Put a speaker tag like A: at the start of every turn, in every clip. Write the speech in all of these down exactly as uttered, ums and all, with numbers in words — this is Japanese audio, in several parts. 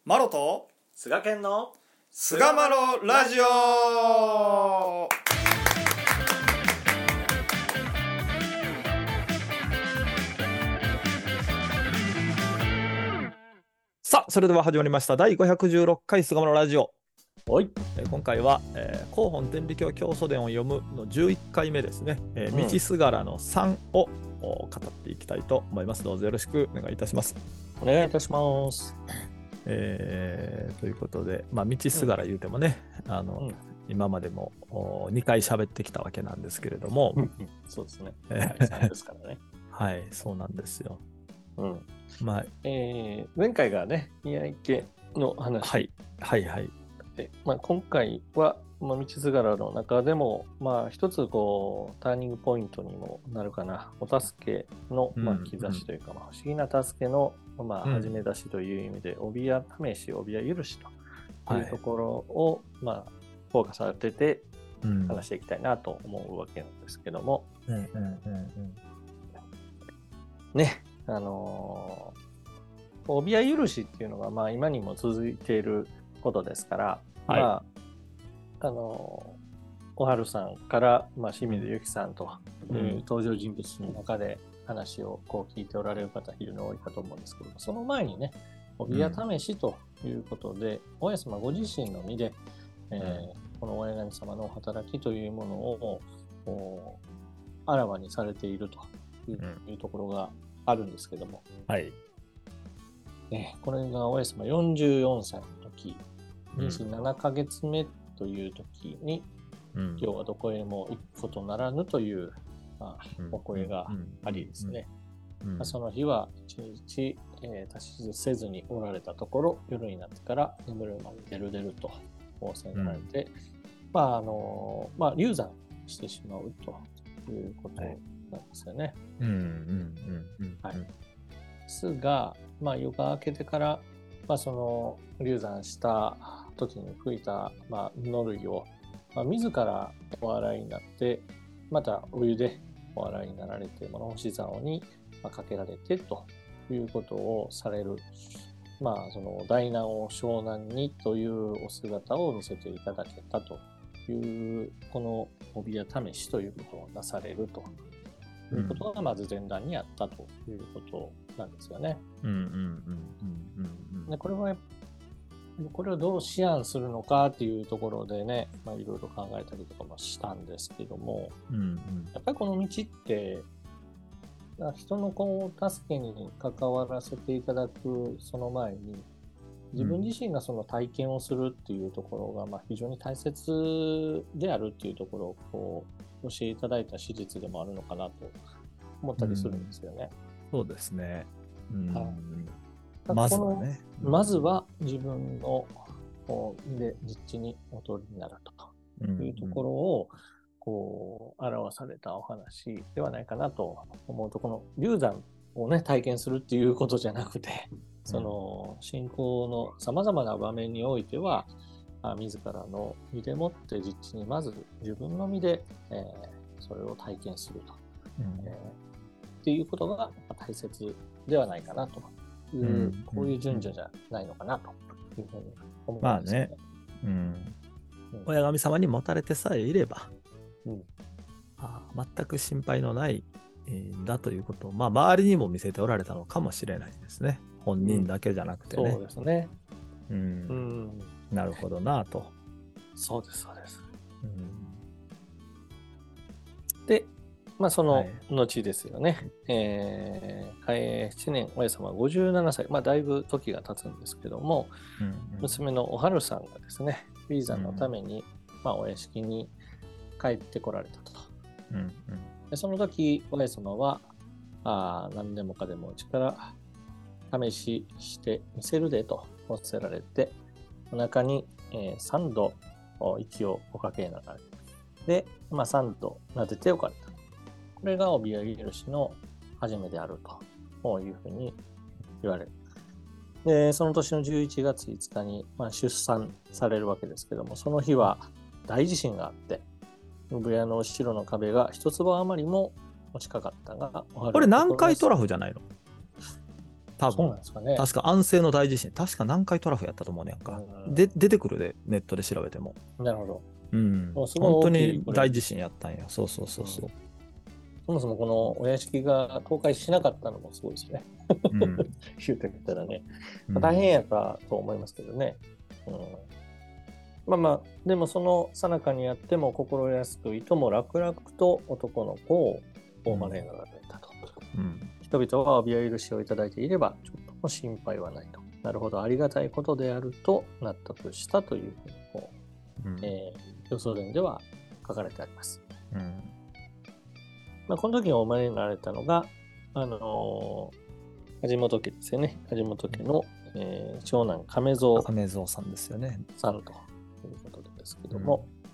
A: マロと
B: 菅健の
A: 菅マロラジオ。さあ、それでは始まりましただいごひゃくじゅうろっかい菅マロラジオ。
B: おい、
A: えー今回は、えー、広本天理教教祖伝を読むのじゅういっかいめですね、えー、道すがらのさんをお語っていきたいと思います。どうぞよろしくお願いいたします。
B: お願いいたします。
A: えーということで、まあ、道すがら言うてもね、うん、あの、うん、今までもにかい喋ってきたわけなんですけれども、
B: そうですね。ですからね。
A: はい、そうなんですよ。
B: うん。
A: まあ、
B: えー、前回がね、宮池の話。
A: はい、はい、はい。
B: で、まあ、今回は、まあ、道すがらの中でも、まあ、一つこうターニングポイントにもなるかな、お助けの、まあ、兆しというか、うんうん、まあ、不思議な助けの、まあ、始め出しという意味で、うん、帯や試し、帯や許しというところを、はい、まあ、フォーカスされてて話していきたいなと思うわけなんですけども、うんうんうんうん、ね、あのー、帯や許しっていうのが、まあ、今にも続いていることですから、はい、まあ、あの小春さんから、まあ、清水由紀さんという、うん、登場人物の中で話をこう聞いておられる方非常に多いかと思うんですけども、その前にね、帯や試しということで、うん、大家様ご自身の身で、えー、この親神様の働きというものをあらわにされているという、うん、いうところがあるんですけども、
A: はい
B: ね、これが大家様よんじゅうよんさいの時、妊娠ななかげつめという時に、うん、今日はどこへも行くことならぬという、まあ、お声がありですね、うんうんうんまあ、その日は一日、えー、立ちせずにおられたところ、夜になってから眠る間に出る出ると仰せられて、うんまああのまあ、流産してしまうということなんですよね。ですが、まあ、夜が明けてから、まあ、その流産した時に吹いた、まあ、の類を、まあ、自らお洗いになってまたお湯でお洗いになられて物干し竿にかけられてということをされる、まあ、その大難を小難にというお姿を見せていただけたというこの帯や試しということをなされるということがまず前段にあったということなんですよね。でこれはこれをどう思案するのかっていうところでね、まあ、いろいろ考えたりとかもしたんですけども、うんうん、やっぱりこの道って人のこう助けに関わらせていただくその前に自分自身がその体験をするっていうところがまあ非常に大切であるっていうところをこう教えていただいた史実でもあるのかなと思ったりするんですよね。
A: うん、そうですね。うん、はい
B: まずはね、まずは自分ので実地にお通りになるというところをこう表されたお話ではないかなと思うと、この流産をね体験するっていうことじゃなくて、その信仰のさまざまな場面においては自らの身でもって実地にまず自分の身で、えー、それを体験すると、うんえー、っていうことが大切ではないかなという、うん、こういう順序じゃないのかなというふうに思うんですよね。
A: まあね、うんうん、親神様に持たれてさえいれば、うん、あ全く心配のない、えー、だということを、まあ、周りにも見せておられたのかもしれないですね。本人だけじゃなくてね。
B: うん、そうですね、
A: うんうん。なるほどなと。
B: そうですそうです。うん、でまあ、その後ですよね、はい、えー、嘉永しちねん、親様はごじゅうななさい、まあ、だいぶ時が経つんですけども、うんうん、娘のお春さんがですね、ビザのために、うんまあ、お屋敷に帰ってこられたと。うんうん、でその時、親様は、あ何でもかでもうちから試ししてみせるでとおっしゃられて、お腹に、えー、さんど息をおかけになられて、で、まあ、さんど撫でておかれた。これが帯や許しの始めであるというふうに言われる。で、その年のじゅういちがついつかに、まあ、出産されるわけですけども、その日は大地震があって、産屋の後ろの壁が一坪余りも落ちかかったが、
A: これ南海トラフじゃないの？ 多分。
B: そうなんですかね。
A: 確か安政の大地震、確か南海トラフやったと思うねんか。で、出てくるで、ネットで調べても。
B: なるほど。
A: うん。本当に大地震やったんや。そうそうそうそう。うん、
B: そもそもこのお屋敷が倒壊しなかったのもすごいですよね。うん、言うてみたらね。まあ、大変やったと思いますけどね。うん、まあまあ、でもその最中にあっても心安くいとも楽々と男の子をお招きがられたと。うん、人々はお許しをいただいていれば、ちょっとも心配はないと。なるほど、ありがたいことであると納得したというふうにこう、うんえー、予想伝では書かれてあります。うんまあ、この時にお招きになられたのが、あのー、梶本家ですよね。梶本家の、えー、長男亀蔵
A: 亀蔵さんですよね。
B: さんということですけども、うん、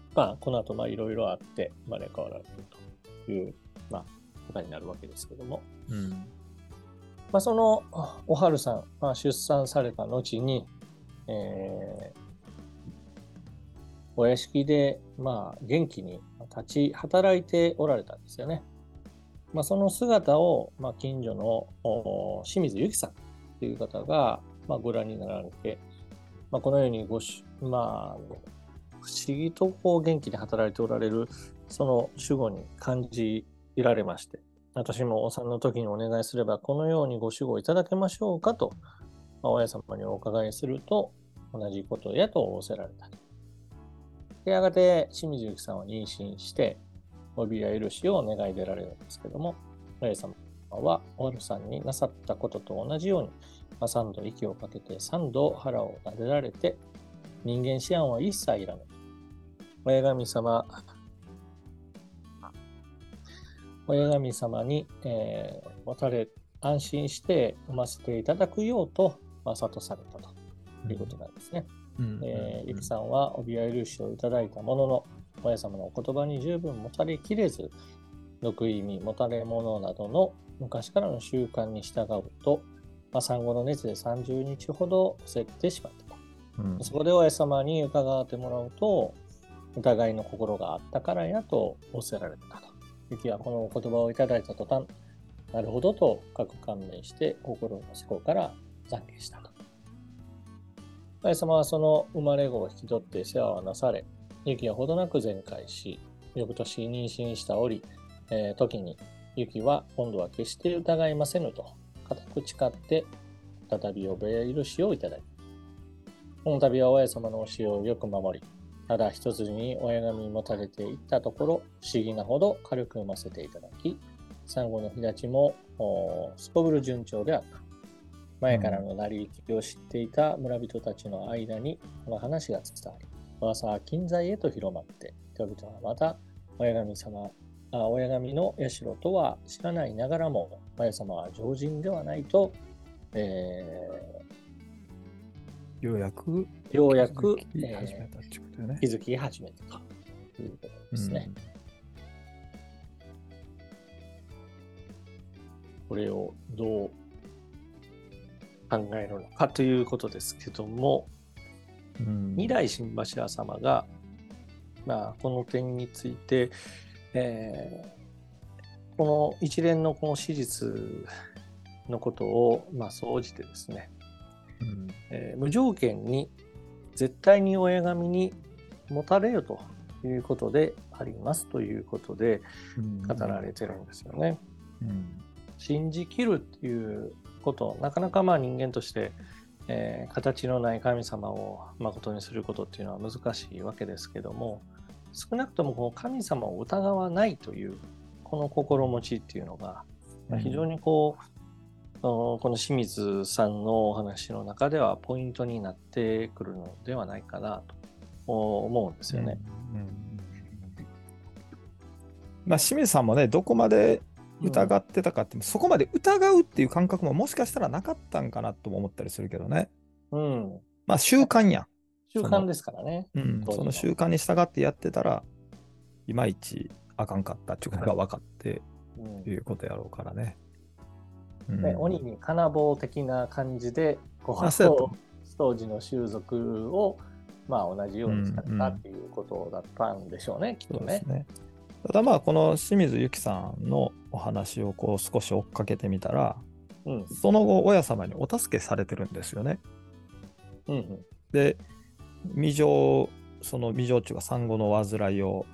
B: まあこの後まあいろいろあって招かわれるというまあことになるわけですけども、うんまあ、そのおはるさん、まあ、出産された後に、えー、お屋敷でまあ元気に立ち働いておられたんですよね。まあ、その姿を、まあ、近所の清水由紀さんという方が、まあ、ご覧になられて、まあ、このようにごし、まあ、不思議とこう元気で働いておられるその守護に感じられまして、私もお産の時にお願いすればこのようにご守護いただけましょうかと、まあ、親様にお伺いすると同じことやと仰せられた。でやがて清水由紀さんは妊娠して帯や許しを願い出られるんですけども、親様はおはるさんになさったことと同じように、まあ、三度息をかけて三度腹を撫でられて、人間思案は一切いらない。親神様、親神様に、えー、持たれ、安心して産ませていただくようと、まあ、諭されたということなんですね。ゆきさんは帯や許しをいただいたものの、親様のお言葉に十分もたれきれず、毒意味、もたれ物などの昔からの習慣に従うと、まあ、産後の熱でさんじゅうにちほど伏せてしまったと。うん、そこで親様に伺ってもらうと、疑いの心があったからやと仰せられたと。ゆきはこのお言葉をいただいた途端、なるほどと深く感銘して、心の底から懺悔したと。親様はその生まれ子を引き取って世話をなされ、ゆきはほどなく全快し、翌年妊娠した折、えー、時にゆきは今度は決して疑いませぬと固く誓って再び覚え許しをいただき、この度は親様の教えをよく守り、ただ一つに親神に持たれていったところ、不思議なほど軽く産ませていただき、産後の日立ちもすこぶる順調であった。前からの成り行きを知っていた村人たちの間にこの話が伝わり、噂は近在へと広まって、人々はまた親神様、あ親神の社とは知らないながらも、親様は常人ではないと、え
A: ー、ようやく
B: ようやく
A: 気づき始めたってことよね。
B: 気づき始めたということですね。うん、これをどう考えるのかということですけども、うん、二代新柱様が、まあ、この点について、えー、この一連のこの史実のことを、まあ、総じてですね、うんえー、無条件に絶対に親神に持たれよということでありますということで語られてるんですよね。うんうん、信じきるっていうことなかなかまあ人間として、えー、形のない神様を誠にすることっていうのは難しいわけですけども、少なくともこの神様を疑わないというこの心持ちっていうのが、うん、非常にこうこの清水さんのお話の中ではポイントになってくるのではないかなと思うんですよね。うんうん、
A: まあ、清水さんもねどこまで疑ってたかって、うん、そこまで疑うっていう感覚ももしかしたらなかったんかなとも思ったりするけどね。うん、まあ習慣やん。
B: 習慣ですからね。
A: その、うん、その習慣に従ってやってたらいまいちあかんかったっていうことが分かって、うん、いうことやろうからね。
B: ね、うん、鬼に金棒的な感じでこう当時の習俗をまあ同じようにされたっていうことだったんでしょうね、うんうん、きっとね。ね
A: ただまあこの清水由紀さんのお話をこう少し追っかけてみたら、
B: うん、
A: その後親様にお助けされてるんですよね。
B: うんうん、
A: で未情その未情中が産後の患いを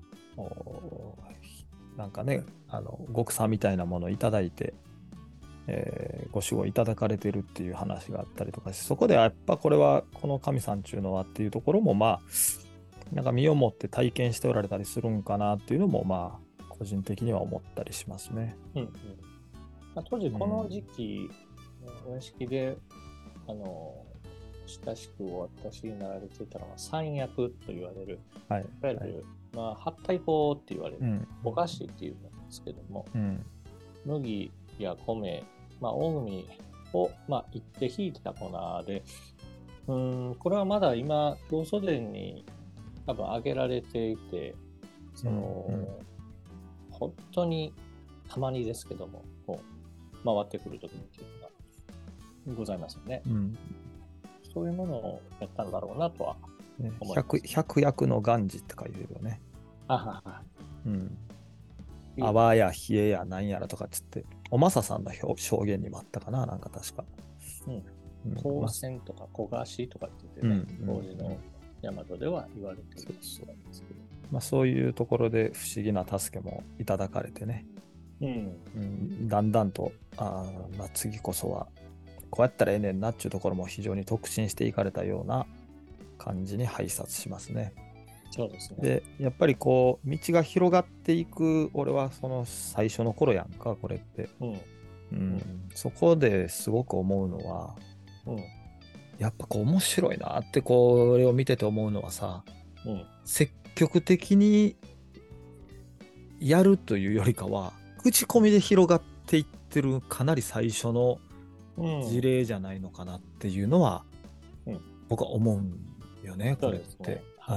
A: なんかねあの極さみたいなものをいただいて、えーご守護いただかれてるっていう話があったりとかして、そこでやっぱこれはこの神さんちゅうのはっていうところもまあなんか身をもって体験しておられたりするんかなっていうのもまあ個人的には思ったりしますね。
B: うんうんまあ、当時この時期、うん、お屋敷であの親しくお渡しになられていたのは三薬と言われる、
A: はい、
B: いわゆる、はいまあ、八体法って言われる、
A: うん、
B: お菓子っていうんですけども、
A: うん、
B: 麦や米、まあ、大麦を、まあ、いって引いた粉で、うーんこれはまだ今同祖伝に多分挙げられていて、その、うんうん、本当にたまにですけどもこう回ってくる時っていうのがございますよね。
A: うん
B: そういうものをやったんだろうなとは思います。
A: 百, 百薬の元治って書いてるよね。
B: あはは。
A: うん。泡や冷えやなんやらとかっつって、おまささんの証言にもあったかな、なんか確か。
B: うん。光線とか小菓子とかって言ってね、うん、当時の大和では言われているんですけど。
A: まあそういうところで不思議な助けもいただかれてね。
B: うん。
A: うん、だんだんと、あまあ次こそは、こうやったらええねんなっていうところも非常に特進していかれたような感じに拝察しますね。
B: そうですね。
A: で、やっぱりこう、道が広がっていく、俺はその最初の頃やんか、これって。
B: うん。うん
A: うん、そこですごく思うのは、
B: うん、
A: やっぱこう面白いなってこれを見てて思うのはさ、
B: うん、
A: 積極的にやるというよりかは、口コミで広がっていってるかなり最初の事例じゃないのかなっていうのは、うん、僕は思うんよね、これって。ねうん、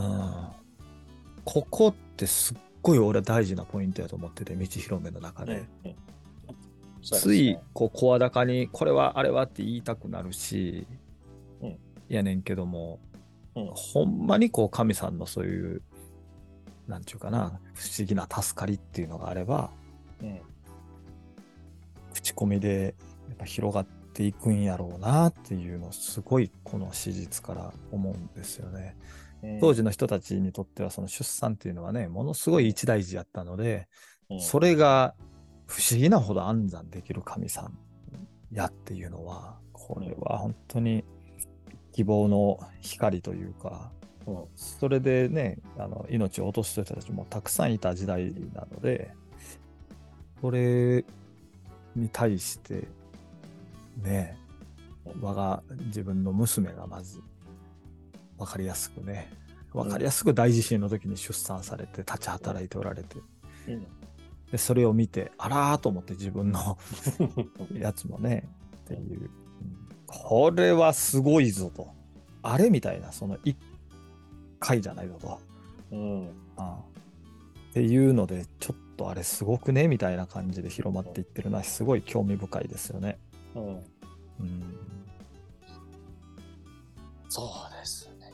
A: ここってすっごい俺は大事なポイントやと思ってて、道広めの中で。うんうんついこう声高にこれはあれはって言いたくなるし、うん、やねんけども、うん、ほんまにこう神さんのそういうなんていうかな不思議な助かりっていうのがあれば、うん、口コミでやっぱ広がっていくんやろうなっていうのをすごいこの史実から思うんですよね。うん、当時の人たちにとってはその出産っていうのはねものすごい一大事やったので、うん、それが不思議なほど安産できる神さんやっていうのはこれは本当に希望の光というか、うん、それでねあの命を落とす人たちもたくさんいた時代なのでこれに対してね我が自分の娘がまず分かりやすくね分かりやすく大地震の時に出産されて立ち働いておられて、うんでそれを見てあらーと思って自分のやつもねっていう、うん、これはすごいぞとあれみたいなその一回じゃないぞと、うんああっていうのでちょっとあれすごくねみたいな感じで広まっていってるのはすごい興味深いですよね、うんうん、
B: そうですね、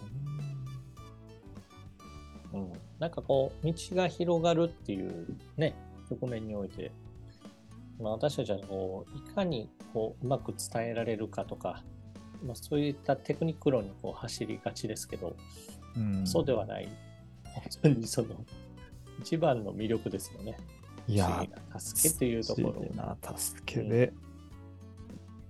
B: うん、なんかこう道が広がるっていうね局面において、まあ、私たちはこういかにこううまく伝えられるかとか、まあ、そういったテクニック論にこう走りがちですけど、うん、そうではない本当にその一番の魅力ですよね。
A: いや
B: 助けというところ
A: 不思議な助けで、うん、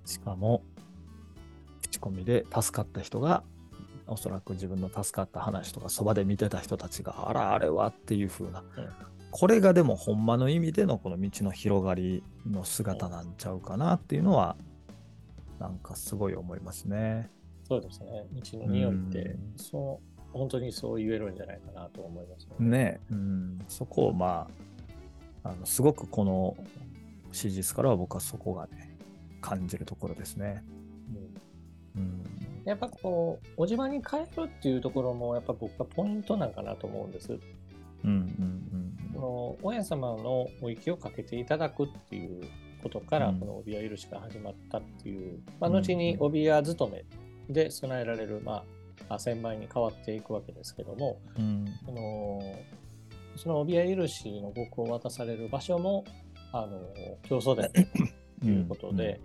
A: しかも口コミで助かった人がおそらく自分の助かった話とかそばで見てた人たちがあらあれはっていう風な、うんこれがでもほんまの意味でのこの道の広がりの姿なんちゃうかなっていうのはなんかすごい思いますね。
B: そうですね。道の匂いってそう本当にそう言えるんじゃないかなと思いますね。
A: ねうん、そこをまあ、あのすごくこの史実からは僕はそこがね感じるところですね。
B: うんうん、やっぱこうおじまに帰るっていうところもやっぱ僕はポイントなんかなと思うんです。うんうんうん、この親様のお息をかけていただくっていうことから、うん、この帯屋許しが始まったっていう、まあ、後に帯屋勤めで備えられる、まあ、千枚に変わっていくわけですけども、うん、そのその帯屋許しの極を渡される場所もあの教祖殿ということで、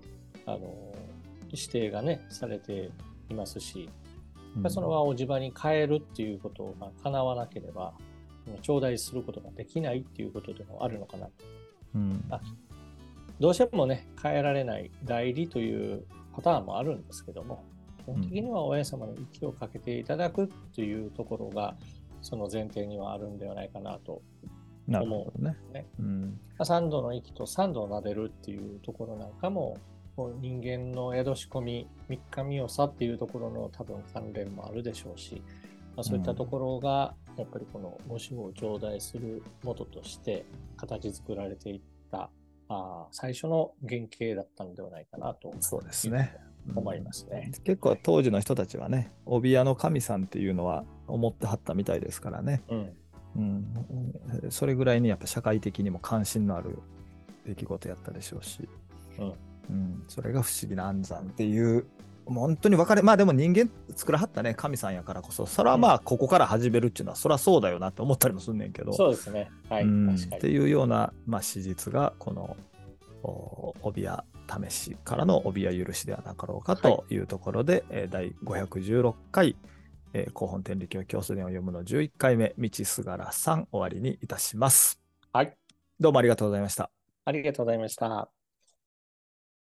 B: あの指定がねされていますし、
A: うん、
B: そのままおじ場に帰るっていうことが叶わなければ頂戴することができないっていうことでもあるのかなと、
A: うん、
B: あどうしてもね変えられない代理というパターンもあるんですけども、基本的には親様の息をかけていただくっていうところがその前提にはあるんではないかなと思うんですね。うん、三度の息と三度を撫でるっていうところなんかも人間の宿し込み三日三代っていうところの多分関連もあるでしょうし、まあ、そういったところがやっぱりこのご守護を頂戴する元として形作られていったあ最初の原型だったのではないかなと
A: そうですね
B: 思いますね、
A: うん、結構当時の人たちはね、帯屋の神さんっていうのは思ってはったみたいですからね、うんうん、それぐらいにやっぱ社会的にも関心のある出来事やったでしょうし、うんうん、それが不思議な安産っていう本当に分かれまあでも人間作らはったね神さんやからこそそれはまあここから始めるっていうのは、うん、そりゃそうだよなって思ったりもすんねんけど、
B: そうですね、はい、うん、確かに
A: っていうような、まあ、史実がこの帯屋試しからの帯屋許しではなかろうかというところで、はい、だいごひゃくじゅうろっかい、えー、広本天理教教祖伝を読むのじゅういっかいめ道すがらさん終わりにいたします。
B: はい、
A: どうもありがとうございました。
B: ありがとうございました。